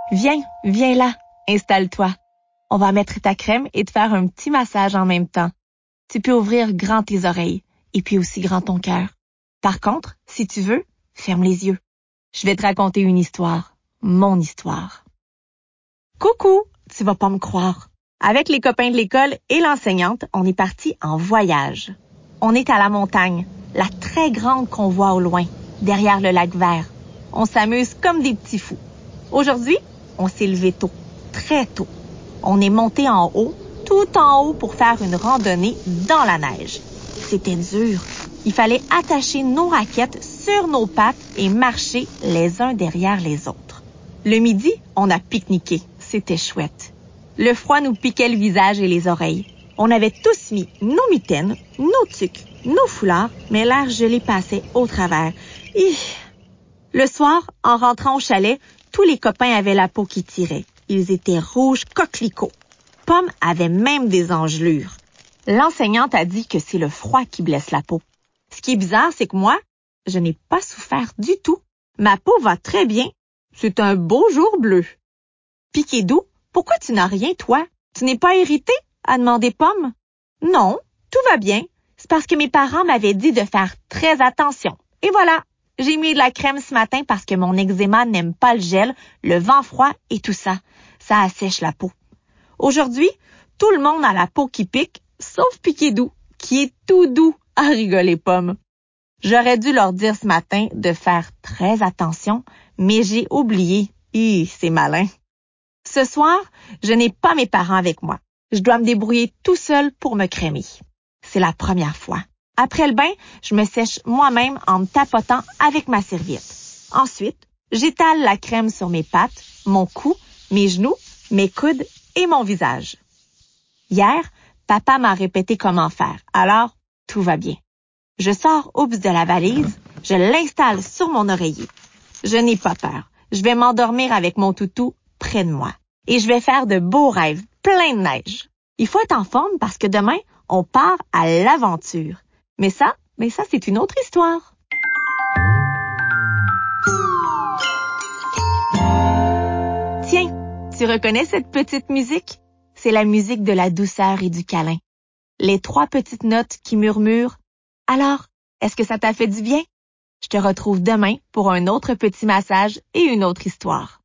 Viens là, installe-toi. On va mettre ta crème et te faire un petit massage en même temps. Tu peux ouvrir grand tes oreilles et puis aussi grand ton cœur. Par contre, si tu veux, ferme les yeux. Je vais te raconter une histoire, mon histoire. Coucou, tu vas pas me croire. Avec les copains de l'école et l'enseignante, on est parti en voyage. On est à la montagne, la très grande qu'on voit au loin, derrière le lac vert. On s'amuse comme des petits fous. Aujourd'hui, on s'est levé tôt, très tôt. On est monté en haut, tout en haut pour faire une randonnée dans la neige. C'était dur. Il fallait attacher nos raquettes sur nos pattes et marcher les uns derrière les autres. Le midi, on a pique-niqué. C'était chouette. Le froid nous piquait le visage et les oreilles. On avait tous mis nos mitaines, nos tuques, nos foulards, mais l'air gelé passait au travers. Le soir, en rentrant au chalet, tous les copains avaient la peau qui tirait. Ils étaient rouges coquelicots. Pomme avait même des engelures. L'enseignante a dit que c'est le froid qui blesse la peau. Ce qui est bizarre, c'est que moi, je n'ai pas souffert du tout. Ma peau va très bien. C'est un beau jour bleu. Piquet-Doux, pourquoi tu n'as rien, toi? Tu n'es pas irrité? A demandé Pomme. Non, tout va bien. C'est parce que mes parents m'avaient dit de faire très attention. Et voilà, j'ai mis de la crème ce matin parce que mon eczéma n'aime pas le gel, le vent froid et tout ça. Ça assèche la peau. Aujourd'hui, tout le monde a la peau qui pique, sauf Piquet-Doux, qui est tout doux, a rigolé Pomme. J'aurais dû leur dire ce matin de faire très attention, mais j'ai oublié. C'est malin. Ce soir, je n'ai pas mes parents avec moi. Je dois me débrouiller tout seul pour me crémer. C'est la première fois. Après le bain, je me sèche moi-même en me tapotant avec ma serviette. Ensuite, j'étale la crème sur mes pattes, mon cou, mes genoux, mes coudes et mon visage. Hier, papa m'a répété comment faire, alors tout va bien. Je sors Oups de la valise, je l'installe sur mon oreiller. Je n'ai pas peur. Je vais m'endormir avec mon toutou près de moi. Et je vais faire de beaux rêves, plein de neige. Il faut être en forme parce que demain, on part à l'aventure. Mais ça, c'est une autre histoire. Tiens, tu reconnais cette petite musique? C'est la musique de la douceur et du câlin. Les 3 petites notes qui murmurent. Alors, est-ce que ça t'a fait du bien? Je te retrouve demain pour un autre petit massage et une autre histoire.